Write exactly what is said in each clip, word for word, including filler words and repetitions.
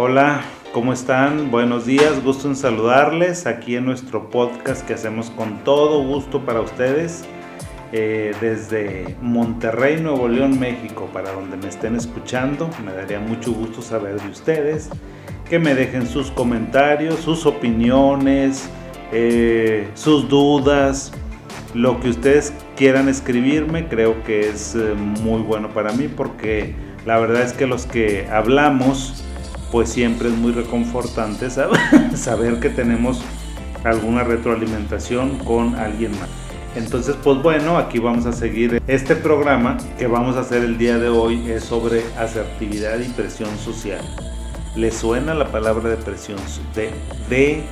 Hola, ¿cómo están? Buenos días, gusto en saludarles aquí en nuestro podcast que hacemos con todo gusto para ustedes eh, desde Monterrey, Nuevo León, México, para donde me estén escuchando. Me daría mucho gusto saber de ustedes, que me dejen sus comentarios, sus opiniones, eh, sus dudas, lo que ustedes quieran escribirme. Creo que es eh, muy bueno para mí, porque la verdad es que los que hablamos, pues siempre es muy reconfortante saber, saber que tenemos alguna retroalimentación con alguien más. Entonces, pues bueno, aquí vamos a seguir. Este programa que vamos a hacer el día de hoy es sobre asertividad y presión social. ¿Les suena la palabra de presión? De, de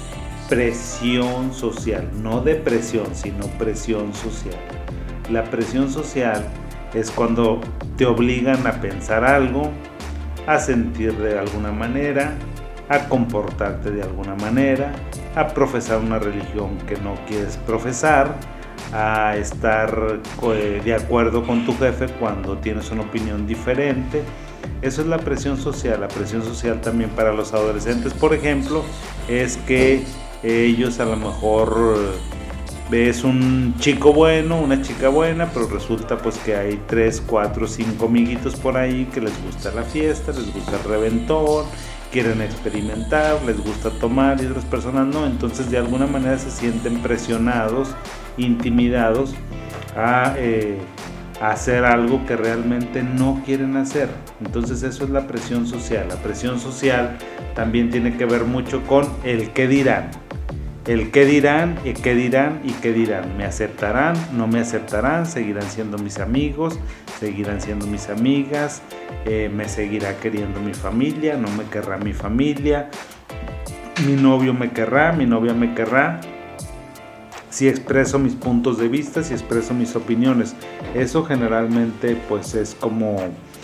presión social, no depresión, sino presión social. La presión social es cuando te obligan a pensar algo, a sentir de alguna manera, a comportarte de alguna manera, a profesar una religión que no quieres profesar, a estar de acuerdo con tu jefe cuando tienes una opinión diferente. Eso es la presión social. La presión social también para los adolescentes, por ejemplo, es que ellos a lo mejor ves un chico bueno, una chica buena, pero resulta pues que hay tres, cuatro, cinco amiguitos por ahí que les gusta la fiesta, les gusta el reventón, quieren experimentar, les gusta tomar, y otras personas no. Entonces de alguna manera se sienten presionados, intimidados a, eh, a hacer algo que realmente no quieren hacer. Entonces eso es la presión social. La presión social también tiene que ver mucho con el qué dirán. El qué dirán, y qué dirán, y qué dirán. ¿Me aceptarán? ¿No me aceptarán? ¿Seguirán siendo mis amigos? ¿Seguirán siendo mis amigas? Eh, ¿Me seguirá queriendo mi familia? ¿No me querrá mi familia? ¿Mi novio me querrá? ¿Mi novia me querrá? Si expreso mis puntos de vista, si expreso mis opiniones. Eso generalmente pues es como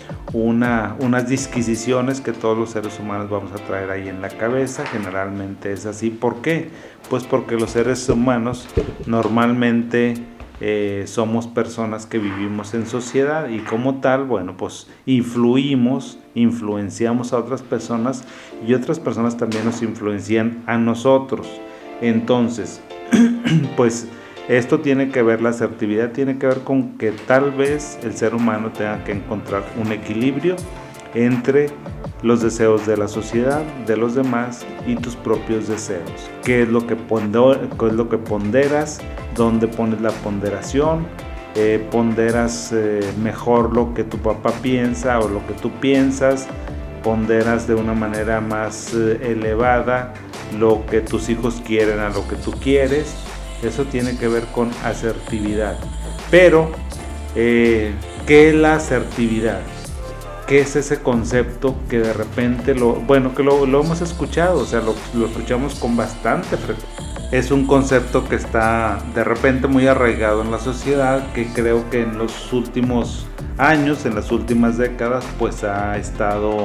una, unas disquisiciones que todos los seres humanos vamos a traer ahí en la cabeza. Generalmente es así. ¿Por qué? Pues porque los seres humanos normalmente eh, somos personas que vivimos en sociedad, y como tal, bueno, pues influimos, influenciamos a otras personas, y otras personas también nos influencian a nosotros. Entonces, pues esto tiene que ver, la asertividad tiene que ver con que tal vez el ser humano tenga que encontrar un equilibrio entre los deseos de la sociedad, de los demás, y tus propios deseos. ¿Qué es lo que, ponder, qué es lo que ponderas? ¿Dónde pones la ponderación? Eh, ¿Ponderas eh, mejor lo que tu papá piensa o lo que tú piensas? ¿Ponderas de una manera más eh, elevada lo que tus hijos quieren a lo que tú quieres? Eso tiene que ver con asertividad. Pero, eh, ¿qué es la asertividad? ¿Qué es ese concepto que de repente, lo, bueno, que lo, lo hemos escuchado, o sea, lo, lo escuchamos con bastante frecuencia? Es un concepto que está de repente muy arraigado en la sociedad, que creo que en los últimos años, en las últimas décadas, pues ha estado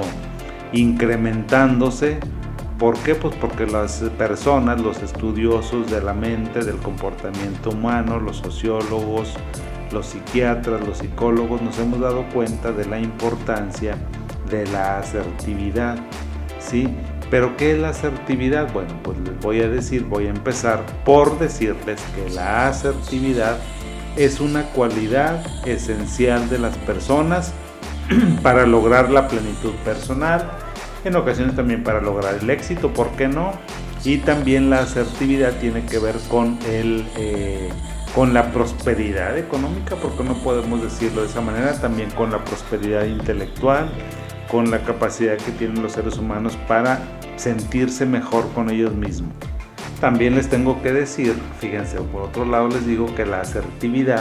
incrementándose. ¿Por qué? Pues porque las personas, los estudiosos de la mente, del comportamiento humano, los sociólogos, los psiquiatras, los psicólogos, nos hemos dado cuenta de la importancia de la asertividad, ¿sí? ¿Pero qué es la asertividad? Bueno, pues les voy a decir, voy a empezar por decirles que la asertividad es una cualidad esencial de las personas para lograr la plenitud personal, en ocasiones también para lograr el éxito, ¿por qué no? Y también la asertividad tiene que ver con, el, eh, con la prosperidad económica, porque no podemos decirlo de esa manera, también con la prosperidad intelectual, con la capacidad que tienen los seres humanos para sentirse mejor con ellos mismos. También les tengo que decir, fíjense, por otro lado les digo que la asertividad,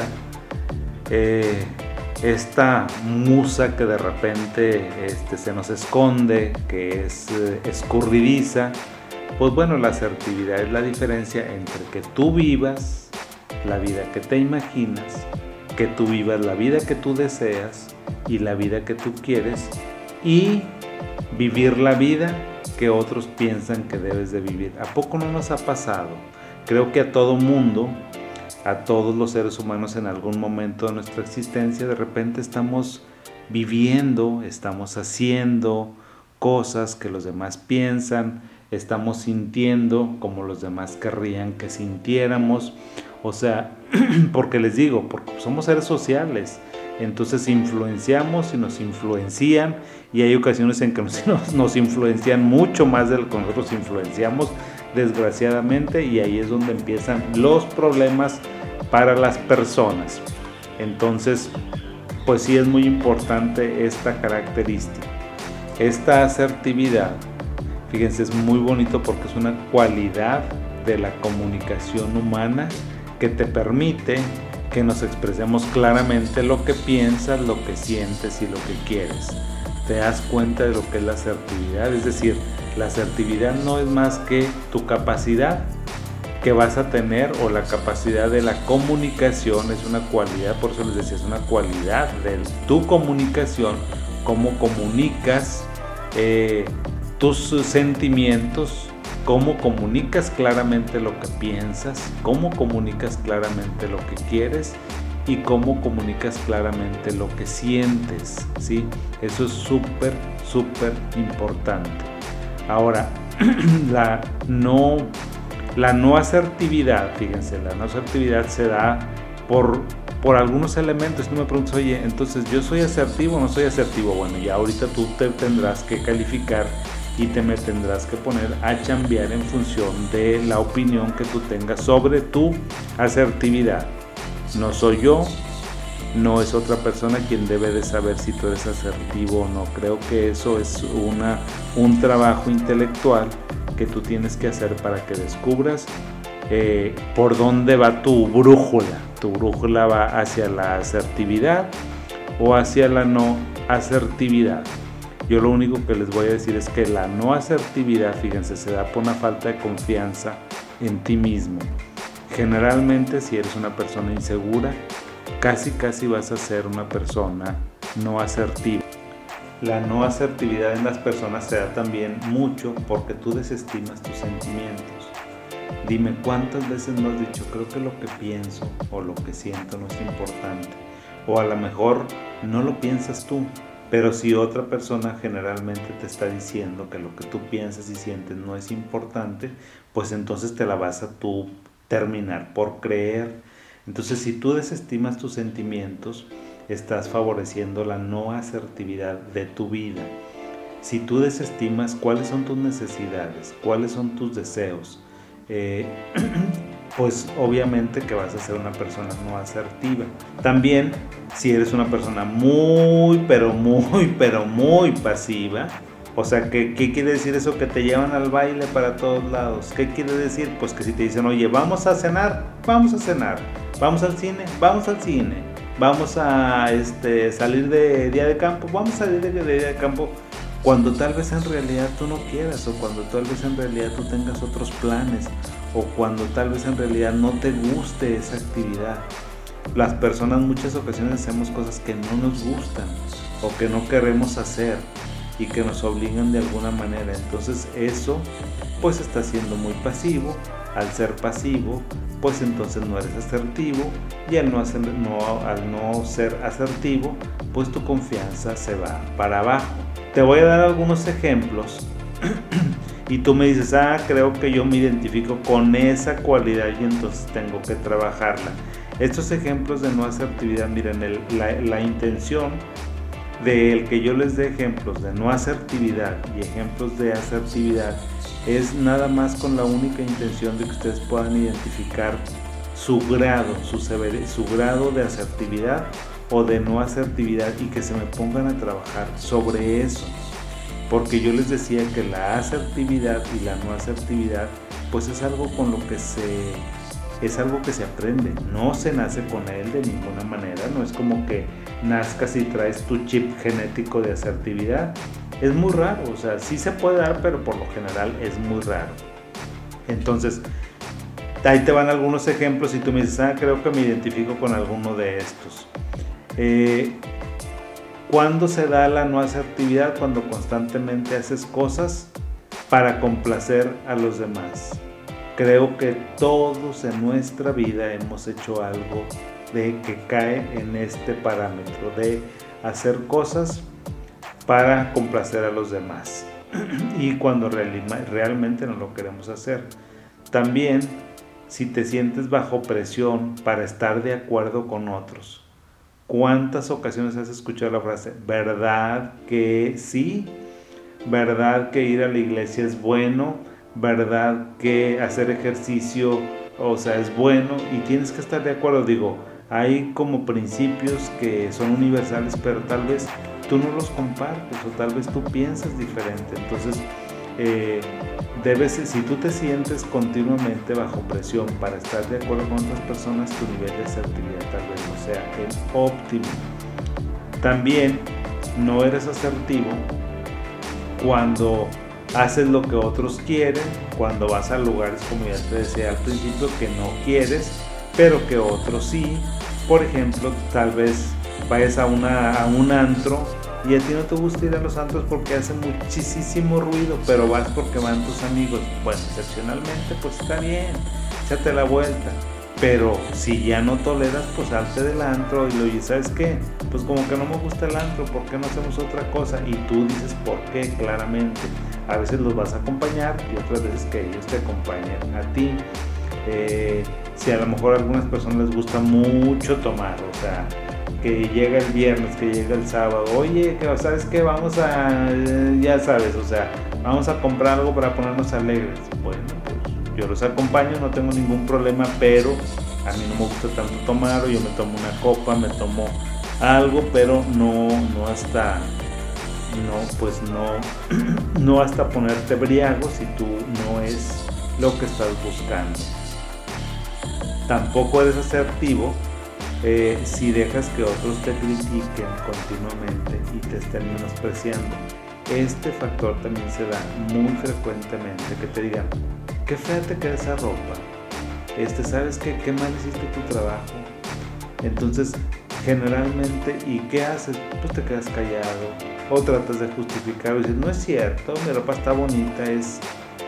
eh, esta musa que de repente este, se nos esconde, que es eh, escurridiza, pues bueno, la asertividad es la diferencia entre que tú vivas la vida que te imaginas, que tú vivas la vida que tú deseas y la vida que tú quieres, y vivir la vida que otros piensan que debes de vivir. ¿A poco no nos ha pasado? Creo que a todo mundo, a todos los seres humanos en algún momento de nuestra existencia, de repente estamos viviendo, estamos haciendo cosas que los demás piensan, estamos sintiendo como los demás querrían que sintiéramos. O sea, porque les digo, porque somos seres sociales, entonces influenciamos y nos influencian, y hay ocasiones en que nos, nos influencian mucho más de lo que nosotros influenciamos, desgraciadamente, y ahí es donde empiezan los problemas para las personas. Entonces, pues sí es muy importante esta característica. Esta asertividad, fíjense, es muy bonito porque es una cualidad de la comunicación humana que te permite que nos expresemos claramente lo que piensas, lo que sientes y lo que quieres. Te das cuenta de lo que es la asertividad, es decir, la asertividad no es más que tu capacidad que vas a tener, o la capacidad de la comunicación, es una cualidad, por eso les decía, es una cualidad de tu comunicación, cómo comunicas eh, tus sentimientos, cómo comunicas claramente lo que piensas, cómo comunicas claramente lo que quieres y cómo comunicas claramente lo que sientes, ¿sí? Eso es súper, súper importante. Ahora, la no, la no asertividad, fíjense, la no asertividad se da por, por algunos elementos. Tú me preguntas, oye, entonces, ¿yo soy asertivo o no soy asertivo? Bueno, ya ahorita tú te tendrás que calificar y te me tendrás que poner a chambear en función de la opinión que tú tengas sobre tu asertividad. No soy yo, no es otra persona quien debe de saber si tú eres asertivo o no. Creo que eso es una, un trabajo intelectual que tú tienes que hacer para que descubras eh, por dónde va tu brújula. Tu brújula va hacia la asertividad o hacia la no asertividad. Yo lo único que les voy a decir es que la no asertividad, fíjense, se da por una falta de confianza en ti mismo. Generalmente, si eres una persona insegura, casi casi vas a ser una persona no asertiva. La no asertividad en las personas se da también mucho porque tú desestimas tus sentimientos. Dime, ¿cuántas veces no has dicho, creo que lo que pienso o lo que siento no es importante? O a lo mejor no lo piensas tú, pero si otra persona generalmente te está diciendo que lo que tú piensas y sientes no es importante, pues entonces te la vas a tú terminar por creer. Entonces, si tú desestimas tus sentimientos, estás favoreciendo la no asertividad de tu vida. Si tú desestimas cuáles son tus necesidades, cuáles son tus deseos, eh, pues obviamente que vas a ser una persona no asertiva. También, si eres una persona muy, pero muy, pero muy pasiva, o sea, ¿qué, ¿qué quiere decir eso? Que te llevan al baile para todos lados. ¿Qué quiere decir? Pues que si te dicen, oye, vamos a cenar, vamos a cenar, vamos al cine, vamos al cine, vamos a este, salir de día de campo, vamos a salir de, de día de campo, cuando tal vez en realidad tú no quieras, o cuando tal vez en realidad tú tengas otros planes, o cuando tal vez en realidad no te guste esa actividad. Las personas en muchas ocasiones hacemos cosas que no nos gustan o que no queremos hacer y que nos obligan de alguna manera. Entonces eso pues está siendo muy pasivo. Al ser pasivo, pues entonces no eres asertivo, y al no, hacer, no, al no ser asertivo, pues tu confianza se va para abajo. Te voy a dar algunos ejemplos y tú me dices, ah, creo que yo me identifico con esa cualidad y entonces tengo que trabajarla. Estos ejemplos de no asertividad, miren, el, la, la intención del que yo les dé ejemplos de no asertividad y ejemplos de asertividad es nada más con la única intención de que ustedes puedan identificar su grado, su, sever, su grado de asertividad o de no asertividad, y que se me pongan a trabajar sobre eso. Porque yo les decía que la asertividad y la no asertividad pues es algo con lo que se es algo que se aprende, no se nace con él de ninguna manera. No es como que nazcas y traes tu chip genético de asertividad. Es muy raro, o sea, sí se puede dar, pero por lo general es muy raro. Entonces, ahí te van algunos ejemplos y tú me dices, ah, creo que me identifico con alguno de estos. Eh, ¿Cuándo se da la no asertividad? Cuando constantemente haces cosas para complacer a los demás. Creo que todos en nuestra vida hemos hecho algo de que cae en este parámetro de hacer cosas para complacer a los demás y cuando realmente no lo queremos hacer. También, si te sientes bajo presión para estar de acuerdo con otros, ¿cuántas ocasiones has escuchado la frase, verdad que sí? ¿Verdad que ir a la iglesia es bueno? ¿Verdad que hacer ejercicio, o sea, es bueno? Y tienes que estar de acuerdo. Digo, hay como principios que son universales, pero tal vez tú no los compartes o tal vez tú piensas diferente. Entonces, eh, debes, si tú te sientes continuamente bajo presión para estar de acuerdo con otras personas, tu nivel de asertividad tal vez no sea el óptimo. También no eres asertivo cuando haces lo que otros quieren, cuando vas a lugares, como ya te decía al principio, que no quieres, pero que otros sí. Por ejemplo, tal vez vayas a, una, a un antro y a ti no te gusta ir a los antros porque hace muchísimo ruido, pero vas porque van tus amigos. Bueno, excepcionalmente, pues está bien, échate la vuelta. Pero si ya no toleras, pues salte del antro y lo oyes, ¿sabes qué? Pues como que no me gusta el antro, ¿por qué no hacemos otra cosa? Y tú dices por qué, claramente. A veces los vas a acompañar y otras veces que ellos te acompañen a ti. Eh, si a lo mejor a algunas personas les gusta mucho tomar, o sea, que llega el viernes, que llega el sábado, oye, que ¿sabes qué? Vamos a, ya sabes, o sea, vamos a comprar algo para ponernos alegres. Bueno, yo los acompaño, no tengo ningún problema, pero a mí no me gusta tanto tomar, o yo me tomo una copa, me tomo algo, pero no, no hasta, no, pues no, no hasta ponerte briago si tú no es lo que estás buscando. Tampoco eres asertivo eh, si dejas que otros te critiquen continuamente y te estén menospreciando. Este factor también se da muy frecuentemente, que te digan, qué fea te queda esa ropa, este, ¿sabes qué? Qué mal hiciste tu trabajo. Entonces, generalmente, ¿y qué haces? Pues te quedas callado o tratas de justificar y dices, no es cierto, mi ropa está bonita. Es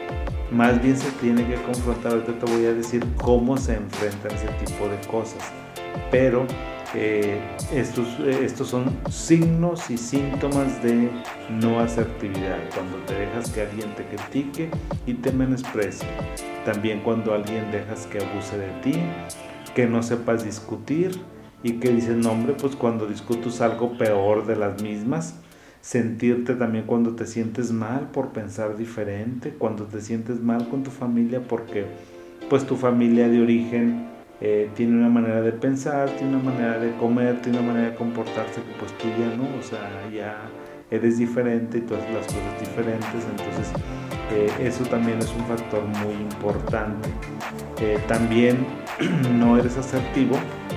más bien se tiene que confrontar. Ahorita te voy a decir cómo se enfrentan ese tipo de cosas, pero eh, estos, eh, estos son signos y síntomas de no asertividad, cuando te dejas que alguien te critique y te menosprecie. También cuando alguien dejas que abuse de ti, que no sepas discutir y que dices, no hombre, pues cuando discuto es algo peor de las mismas. Sentirte también cuando te sientes mal por pensar diferente, cuando te sientes mal con tu familia porque pues tu familia de origen eh, tiene una manera de pensar, tiene una manera de comer, tiene una manera de comportarse que pues tú ya no, o sea, ya eres diferente y tú haces las cosas diferentes. Entonces eh, eso también es un factor muy importante. Eh, también no eres asertivo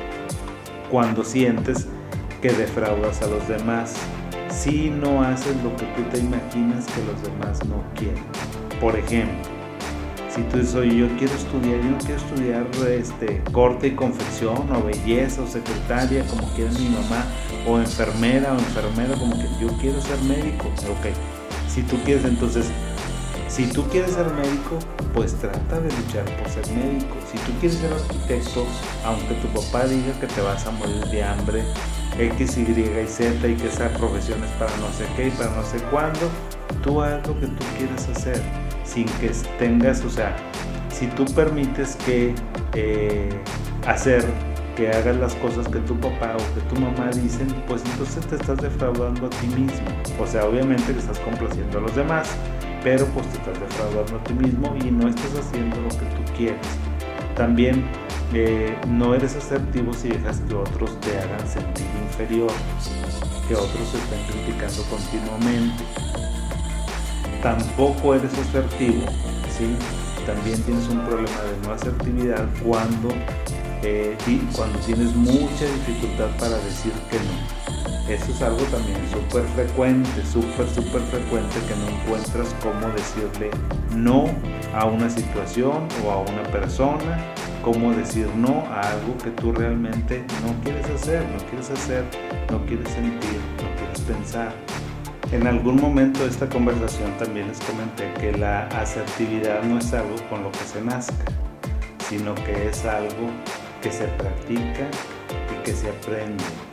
cuando sientes que defraudas a los demás, si no haces lo que tú te imaginas que los demás no quieren. Por ejemplo, si tú dices, oye, yo quiero estudiar, yo no quiero estudiar este, corte y confección, o belleza, o secretaria, como quiere mi mamá, o enfermera, o enfermero, como que yo quiero ser médico. Ok, si tú quieres, entonces, si tú quieres ser médico, pues trata de luchar por ser médico. Si tú quieres ser arquitecto, aunque tu papá diga que te vas a morir de hambre, X, Y y Z, y que esa profesión es para no sé qué y para no sé cuándo, tú haz lo que tú quieras hacer, sin que tengas, o sea, si tú permites que eh, hacer, que hagas las cosas que tu papá o que tu mamá dicen, pues entonces te estás defraudando a ti mismo. O sea, obviamente que estás complaciendo a los demás, pero pues te estás defraudando a ti mismo y no estás haciendo lo que tú quieres. También eh, no eres asertivo si dejas que otros te hagan sentir inferior, que otros te estén criticando continuamente. Tampoco eres asertivo, ¿sí? También tienes un problema de no asertividad cuando, eh, cuando tienes mucha dificultad para decir que no. Eso es algo también súper frecuente, súper, súper frecuente, que no encuentras cómo decirle no a una situación o a una persona, cómo decir no a algo que tú realmente no quieres hacer, no quieres hacer, no quieres sentir, no quieres pensar. En algún momento de esta conversación también les comenté que la asertividad no es algo con lo que se nazca, sino que es algo que se practica y que se aprende.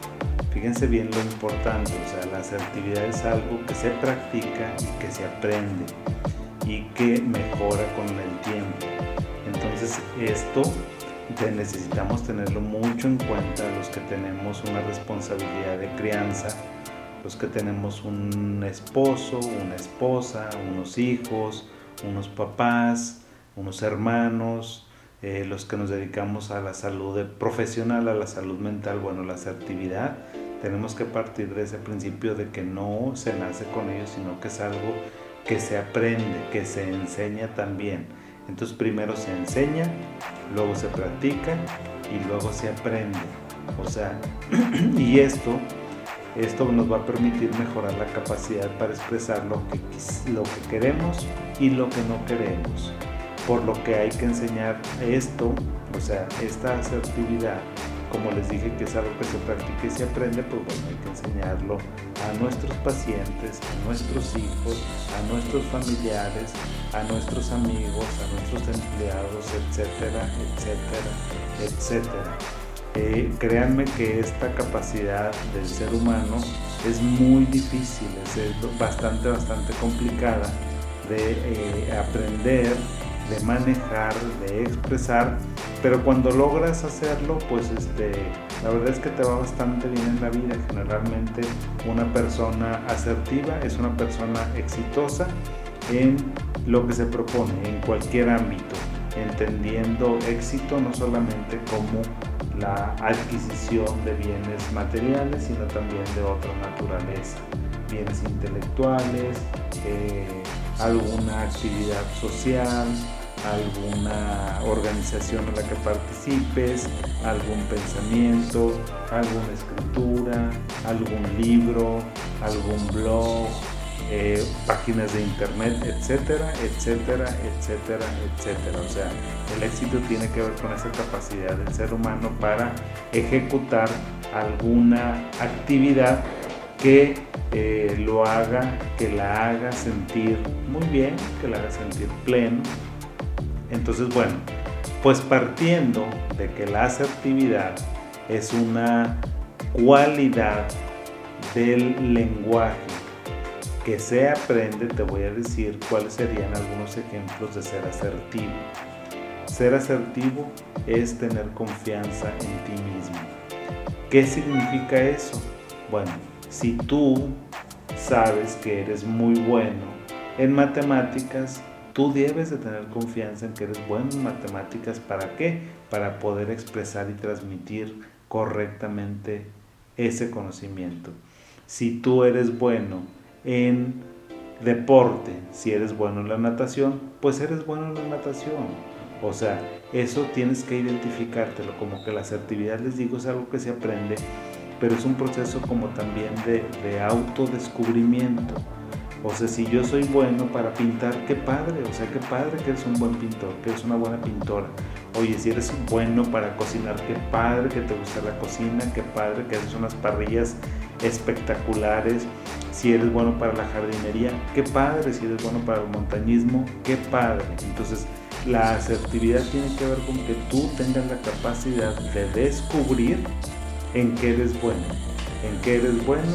Fíjense bien lo importante, o sea, la asertividad es algo que se practica y que se aprende y que mejora con el tiempo. Entonces esto necesitamos tenerlo mucho en cuenta los que tenemos una responsabilidad de crianza, los que tenemos un esposo, una esposa, unos hijos, unos papás, unos hermanos, eh, los que nos dedicamos a la salud profesional, a la salud mental. Bueno, la asertividad tenemos que partir de ese principio de que no se nace con ello, sino que es algo que se aprende, que se enseña también. Entonces primero se enseña, luego se practica y luego se aprende. O sea, y esto, esto nos va a permitir mejorar la capacidad para expresar lo que, lo que queremos y lo que no queremos. Por lo que hay que enseñar esto, o sea, esta asertividad, como les dije que es algo que se practica y se aprende, pues bueno, hay que enseñarlo a nuestros pacientes, a nuestros hijos, a nuestros familiares, a nuestros amigos, a nuestros empleados, etcétera, etcétera, etcétera. Eh, créanme que esta capacidad del ser humano es muy difícil, es bastante, bastante complicada de eh, aprender, de manejar, de expresar, pero cuando logras hacerlo, pues este, la verdad es que te va bastante bien en la vida. Generalmente una persona asertiva es una persona exitosa en lo que se propone, en cualquier ámbito, entendiendo éxito no solamente como la adquisición de bienes materiales, sino también de otra naturaleza, bienes intelectuales, eh, alguna actividad social, alguna organización en la que participes, algún pensamiento, alguna escritura, algún libro, algún blog, eh, páginas de internet, etcétera, etcétera, etcétera, etcétera. O sea, el éxito tiene que ver con esa capacidad del ser humano para ejecutar alguna actividad que eh, lo haga, que la haga sentir muy bien, que la haga sentir pleno. Entonces, bueno, pues partiendo de que la asertividad es una cualidad del lenguaje que se aprende, te voy a decir cuáles serían algunos ejemplos de ser asertivo. Ser asertivo es tener confianza en ti mismo. ¿Qué significa eso? Bueno, si tú sabes que eres muy bueno en matemáticas, tú debes de tener confianza en que eres bueno en matemáticas. ¿Para qué? Para poder expresar y transmitir correctamente ese conocimiento. Si tú eres bueno en deporte, si eres bueno en la natación, pues eres bueno en la natación. O sea, eso tienes que identificártelo, como que la asertividad, les digo, es algo que se aprende, pero es un proceso como también de, de autodescubrimiento. O sea, si yo soy bueno para pintar, qué padre, o sea, qué padre que eres un buen pintor, que eres una buena pintora. Oye, si eres bueno para cocinar, qué padre que te gusta la cocina, qué padre que haces unas parrillas espectaculares. Si eres bueno para la jardinería, qué padre. Si eres bueno para el montañismo, qué padre. Entonces, la asertividad tiene que ver con que tú tengas la capacidad de descubrir en qué eres bueno, en qué eres bueno.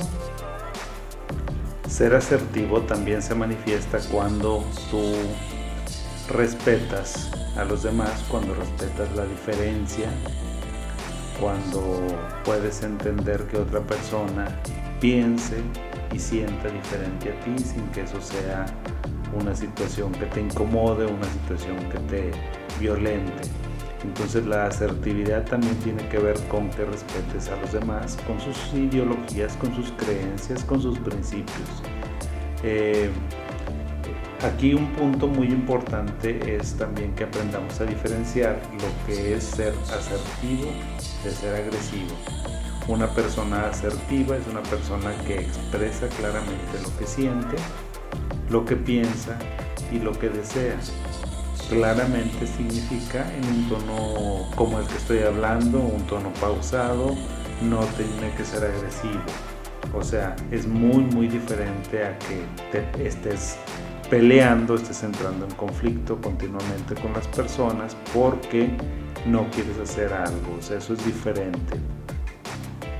Ser asertivo también se manifiesta cuando tú respetas a los demás, cuando respetas la diferencia, cuando puedes entender que otra persona piense y sienta diferente a ti sin que eso sea una situación que te incomode, una situación que te violente. Entonces la asertividad también tiene que ver con que respetes a los demás, con sus ideologías, con sus creencias, con sus principios. Eh, aquí un punto muy importante es también que aprendamos a diferenciar lo que es ser asertivo de ser agresivo. Una persona asertiva es una persona que expresa claramente lo que siente, lo que piensa y lo que desea. Claramente significa en un tono como el que estoy hablando, un tono pausado, no tiene que ser agresivo. O sea, es muy muy diferente a que te estés peleando, estés entrando en conflicto continuamente con las personas porque no quieres hacer algo. O sea, eso es diferente.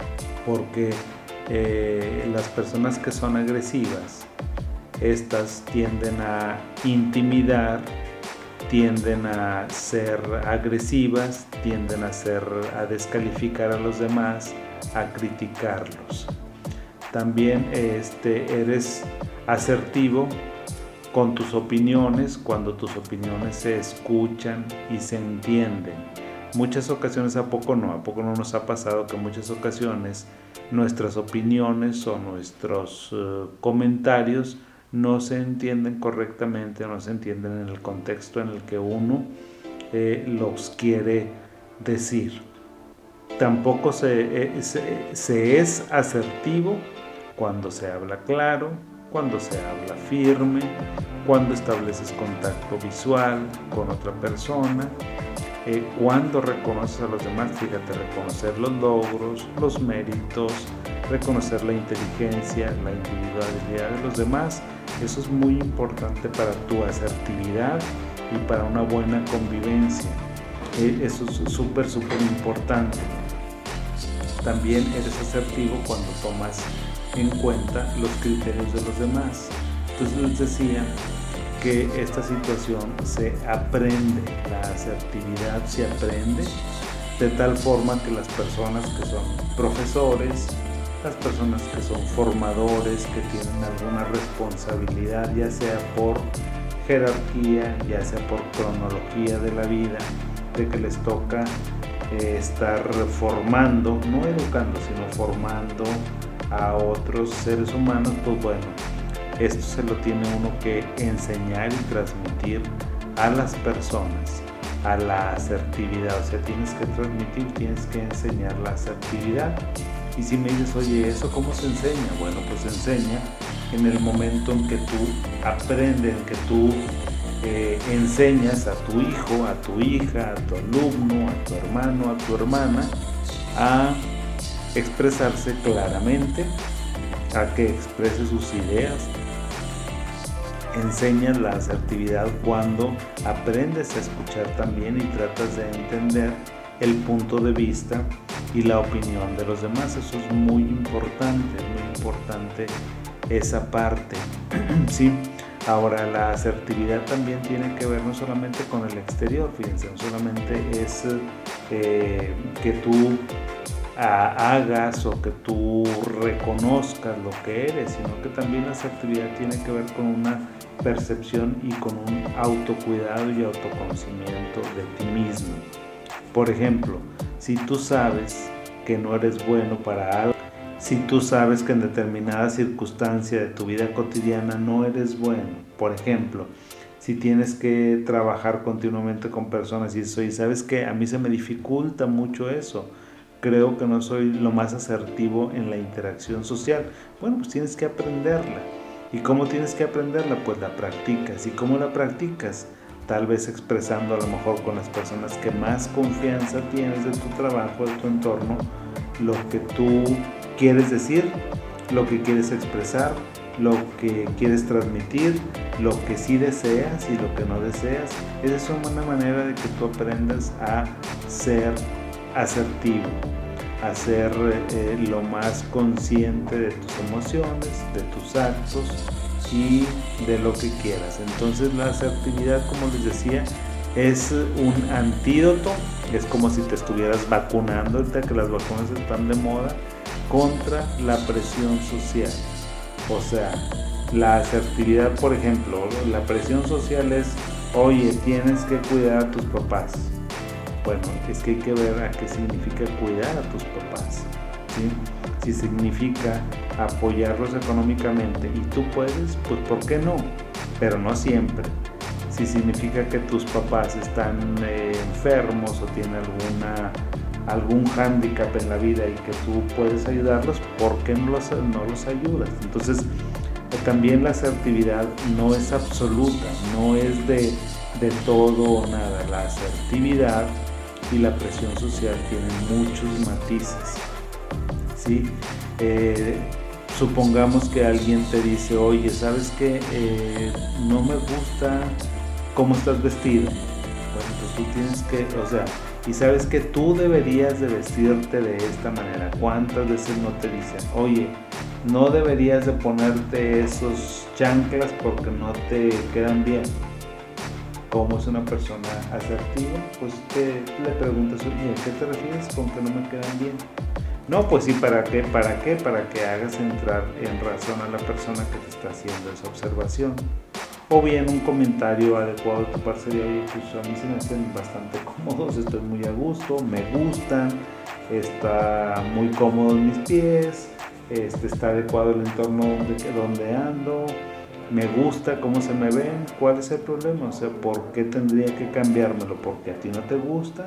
porque eh, las personas que son agresivas, estas tienden a intimidar, tienden a ser agresivas, tienden a, ser, a descalificar a los demás, a criticarlos. También este, eres asertivo con tus opiniones cuando tus opiniones se escuchan y se entienden. Muchas ocasiones, ¿a poco no? ¿A poco no nos ha pasado que en muchas ocasiones nuestras opiniones o nuestros uh, comentarios no se entienden correctamente, no se entienden en el contexto en el que uno eh, los quiere decir? Tampoco se, eh, se, se es asertivo cuando se habla claro, cuando se habla firme, cuando estableces contacto visual con otra persona, eh, cuando reconoces a los demás. Fíjate, reconocer los logros, los méritos, reconocer la inteligencia, la individualidad de los demás. Eso es muy importante para tu asertividad y para una buena convivencia. Eh, eso es súper, súper importante. También eres asertivo cuando tomas en cuenta los criterios de los demás. Entonces les decía que esta situación se aprende, la asertividad se aprende de tal forma que las personas que son profesores, las personas que son formadores, que tienen alguna responsabilidad, ya sea por jerarquía, ya sea por cronología de la vida, de que les toca eh, estar formando, no educando, sino formando a otros seres humanos, pues bueno, esto se lo tiene uno que enseñar y transmitir a las personas, a la asertividad. O sea, tienes que transmitir, tienes que enseñar la asertividad. Y si me dices, oye, ¿eso cómo se enseña? Bueno, pues se enseña en el momento en que tú aprendes, en que tú eh, enseñas a tu hijo, a tu hija, a tu alumno, a tu hermano, a tu hermana, a expresarse claramente, a que exprese sus ideas. Enseñas la asertividad cuando aprendes a escuchar también y tratas de entender el punto de vista y la opinión de los demás. Eso es muy importante, es muy importante esa parte. ¿Sí? Ahora, la asertividad también tiene que ver no solamente con el exterior, fíjense, no solamente es eh, que tú hagas o que tú reconozcas lo que eres, sino que también la asertividad tiene que ver con una percepción y con un autocuidado y autoconocimiento de ti mismo. Por ejemplo, si tú sabes que no eres bueno para algo, si tú sabes que en determinada circunstancia de tu vida cotidiana no eres bueno, por ejemplo, si tienes que trabajar continuamente con personas y eso, y sabes que a mí se me dificulta mucho eso, creo que no soy lo más asertivo en la interacción social. Bueno, pues tienes que aprenderla. ¿Y cómo tienes que aprenderla? Pues la practicas. ¿Y cómo la practicas? Tal vez expresando a lo mejor con las personas que más confianza tienes de tu trabajo, de tu entorno, lo que tú quieres decir, lo que quieres expresar, lo que quieres transmitir, lo que sí deseas y lo que no deseas. Esa es una manera de que tú aprendas a ser asertivo, a ser eh, lo más consciente de tus emociones, de tus actos y de lo que quieras. Entonces la asertividad, como les decía, es un antídoto, es como si te estuvieras vacunando, ahorita que las vacunas están de moda, contra la presión social. O sea, la asertividad, por ejemplo, la presión social es, oye, tienes que cuidar a tus papás. Bueno, es que hay que ver a qué significa cuidar a tus papás, ¿sí? Si significa apoyarlos económicamente y tú puedes, pues ¿por qué no? Pero no siempre. Si significa que tus papás están eh, enfermos o tienen alguna, algún hándicap en la vida y que tú puedes ayudarlos, ¿por qué no los, no los ayudas? Entonces, eh, también la asertividad no es absoluta, no es de, de todo o nada. La asertividad y la presión social tienen muchos matices, ¿sí? Eh, supongamos que alguien te dice, oye, ¿sabes qué? Eh, no me gusta cómo estás vestido. Bueno, pues tú tienes que, o sea, y sabes que tú deberías de vestirte de esta manera. ¿Cuántas veces no te dicen, oye, no deberías de ponerte esos chanclas porque no te quedan bien? ¿Cómo es una persona asertiva? Pues que le preguntas, oye, ¿a qué te refieres con que no me quedan bien? No, pues sí, ¿para qué? ¿Para qué? Para que hagas entrar en razón a la persona que te está haciendo esa observación. O bien un comentario adecuado de tu parte sería, oye, pues a mí se me hacen bastante cómodos, estoy muy a gusto, me gustan, está muy cómodo en mis pies, este, está adecuado el entorno donde, donde ando, me gusta cómo se me ven. ¿Cuál es el problema? O sea, ¿por qué tendría que cambiármelo? ¿Porque a ti no te gustan?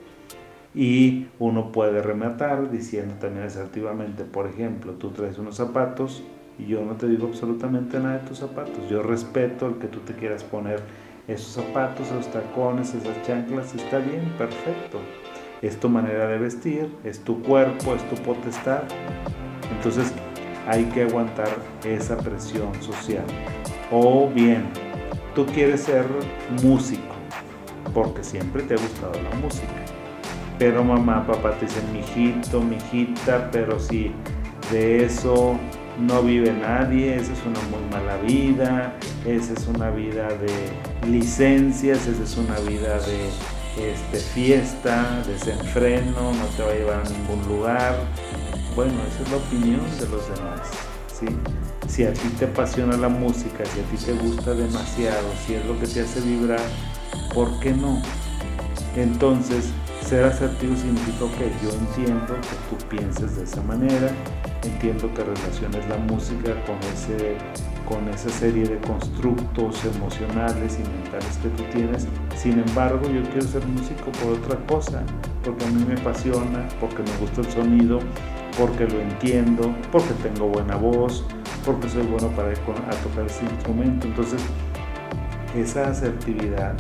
Y uno puede rematar diciendo también asertivamente, por ejemplo, tú traes unos zapatos y yo no te digo absolutamente nada de tus zapatos. Yo respeto el que tú te quieras poner esos zapatos, esos tacones, esas chanclas. Está bien, perfecto. Es tu manera de vestir, es tu cuerpo, es tu potestad. Entonces hay que aguantar esa presión social. O bien, tú quieres ser músico porque siempre te ha gustado la música. Pero mamá, papá te dicen, mijito, mijita, pero si de eso no vive nadie, esa es una muy mala vida, esa es una vida de licencias, esa es una vida de este, fiesta, desenfreno, no te va a llevar a ningún lugar. Bueno, esa es la opinión de los demás, ¿sí? Si a ti te apasiona la música, si a ti te gusta demasiado, si es lo que te hace vibrar, ¿por qué no? Entonces, ser asertivo significa que yo entiendo que tú pienses de esa manera, entiendo que relaciones la música con, ese, con esa serie de constructos emocionales y mentales que tú tienes. Sin embargo, yo quiero ser músico por otra cosa, porque a mí me apasiona, porque me gusta el sonido, porque lo entiendo, porque tengo buena voz, porque soy bueno para ir a tocar ese instrumento. Entonces, esa asertividad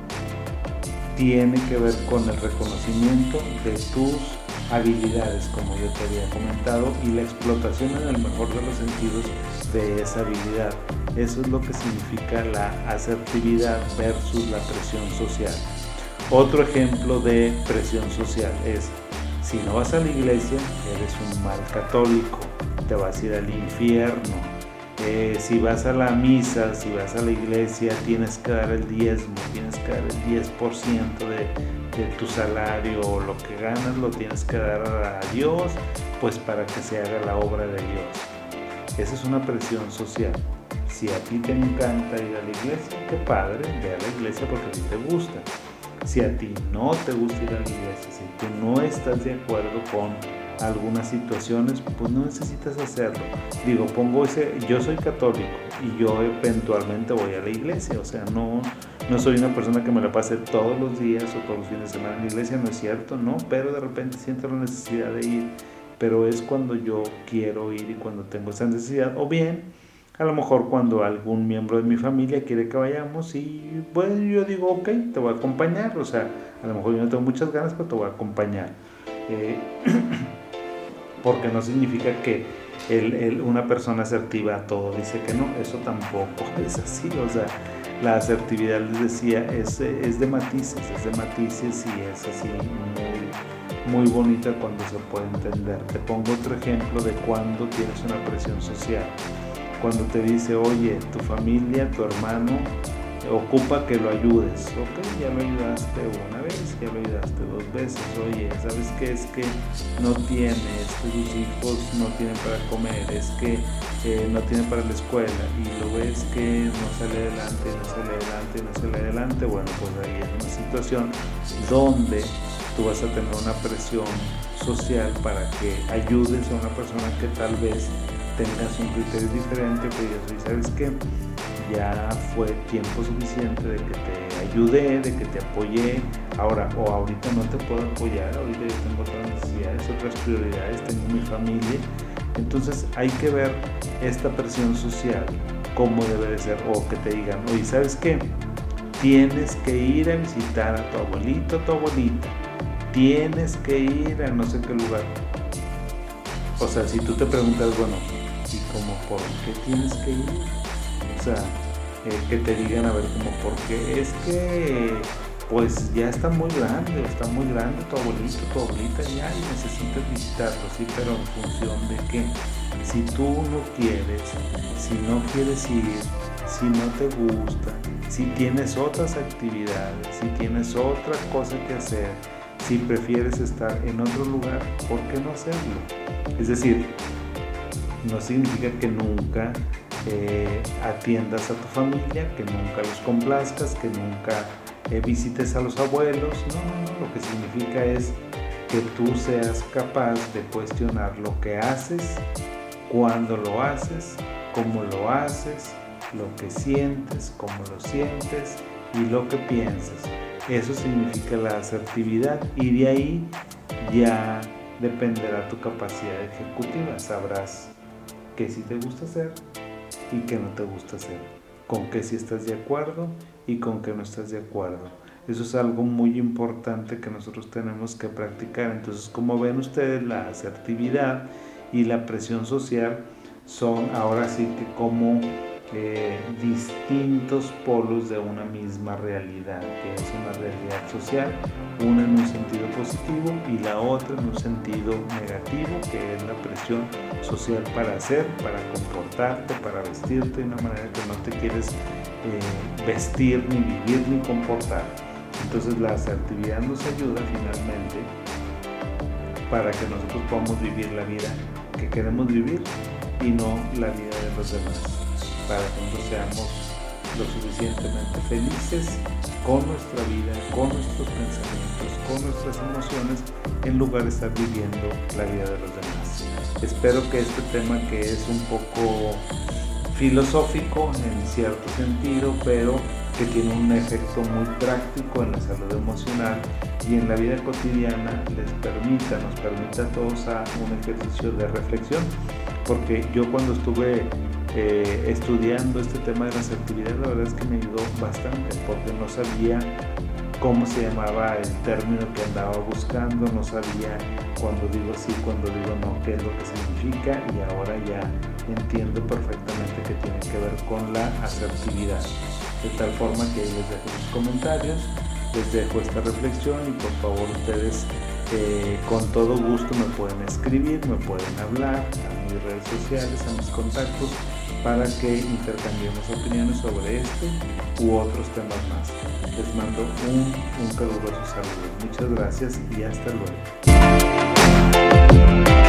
tiene que ver con el reconocimiento de tus habilidades, como yo te había comentado, y la explotación en el mejor de los sentidos de esa habilidad. Eso es lo que significa la asertividad versus la presión social. Otro ejemplo de presión social es, si no vas a la iglesia, eres un mal católico, te vas a ir al infierno. Eh, si vas a la misa, si vas a la iglesia, tienes que dar el diezmo, tienes que dar el diez por ciento de, de tu salario, o lo que ganas lo tienes que dar a Dios, pues para que se haga la obra de Dios. Esa es una presión social. Si a ti te encanta ir a la iglesia, qué padre, ve a la iglesia porque a ti te gusta. Si a ti no te gusta ir a la iglesia, si tú no estás de acuerdo con algunas situaciones, pues no necesitas hacerlo. Digo, pongo ese, yo soy católico y yo eventualmente voy a la iglesia, o sea, no, no soy una persona que me la pase todos los días o todos los fines de semana en la iglesia, no es cierto, no, pero de repente siento la necesidad de ir, pero es cuando yo quiero ir y cuando tengo esa necesidad, o bien, a lo mejor cuando algún miembro de mi familia quiere que vayamos y pues yo digo, ok, te voy a acompañar, o sea, a lo mejor yo no tengo muchas ganas, pero te voy a acompañar. Eh, porque no significa que el, el, una persona asertiva a todo dice que no, eso tampoco es así. O sea, la asertividad, les decía, es, es de matices, es de matices y es así muy, muy bonita cuando se puede entender. Te pongo otro ejemplo de cuando tienes una presión social. Cuando te dice, oye, tu familia, tu hermano ocupa que lo ayudes, ok, ya lo ayudaste una vez, ya lo ayudaste dos veces, oye, ¿sabes qué? Es que no tiene, es que sus hijos no tienen para comer, es que eh, no tienen para la escuela, y lo ves que no sale adelante, no sale adelante, no sale adelante, bueno, pues ahí es una situación donde tú vas a tener una presión social para que ayudes a una persona que tal vez tengas un criterio diferente, pero ¿sabes qué? Ya fue tiempo suficiente de que te ayudé, de que te apoyé, ahora o ahorita no te puedo apoyar, ahorita yo tengo otras necesidades, otras prioridades, tengo mi familia. Entonces hay que ver esta presión social, cómo debe de ser, o que te digan, oye, ¿sabes qué? Tienes que ir a visitar a tu abuelito, a tu abuelita, tienes que ir a no sé qué lugar. O sea, si tú te preguntas, bueno, ¿y cómo por qué tienes que ir? O sea, eh, que te digan, a ver, como, ¿por qué? Es que pues ya está muy grande, está muy grande tu abuelito, tu abuelita ya y necesitas visitarlo, sí, pero en función de que si tú no quieres, si no quieres ir, si no te gusta, si tienes otras actividades, si tienes otra cosa que hacer, si prefieres estar en otro lugar, ¿por qué no hacerlo? Es decir, no significa que nunca eh, atiendas a tu familia, que nunca los complazcas, que nunca eh, visites a los abuelos. No, no, no, lo que significa es que tú seas capaz de cuestionar lo que haces, cuándo lo haces, cómo lo haces, lo que sientes, cómo lo sientes y lo que piensas. Eso significa la asertividad y de ahí ya dependerá tu capacidad ejecutiva. Sabrás qué sí te gusta hacer y qué no te gusta hacer, con qué sí estás de acuerdo y con qué no estás de acuerdo. Eso es algo muy importante que nosotros tenemos que practicar. Entonces, como ven ustedes, la asertividad y la presión social son ahora sí que como eh, distintos polos de una misma realidad, que es una realidad social, una en un sentido positivo y la otra en un sentido negativo, que es la presión social para hacer, para comportarte, para vestirte de una manera que no te quieres eh, vestir, ni vivir, ni comportar. Entonces la asertividad nos ayuda finalmente para que nosotros podamos vivir la vida que queremos vivir y no la vida de los demás, para que nosotros seamos lo suficientemente felices con nuestra vida, con nuestros pensamientos, con nuestras emociones, en lugar de estar viviendo la vida de los demás. Espero que este tema, que es un poco filosófico en cierto sentido, pero que tiene un efecto muy práctico en la salud emocional y en la vida cotidiana, les permita, nos permita a todos a un ejercicio de reflexión, porque yo cuando estuve eh, estudiando este tema de la asertividad, la verdad es que me ayudó bastante, porque no sabía cómo se llamaba el término que andaba buscando, no sabía cuando digo sí, cuando digo no, qué es lo que significa, y ahora ya entiendo perfectamente que tiene que ver con la asertividad. De tal forma que les dejo sus comentarios, les dejo esta reflexión y por favor ustedes eh, con todo gusto me pueden escribir, me pueden hablar a mis redes sociales, a mis contactos, para que intercambiemos opiniones sobre este u otros temas más. Les mando un, un caluroso saludo. Muchas gracias y hasta luego.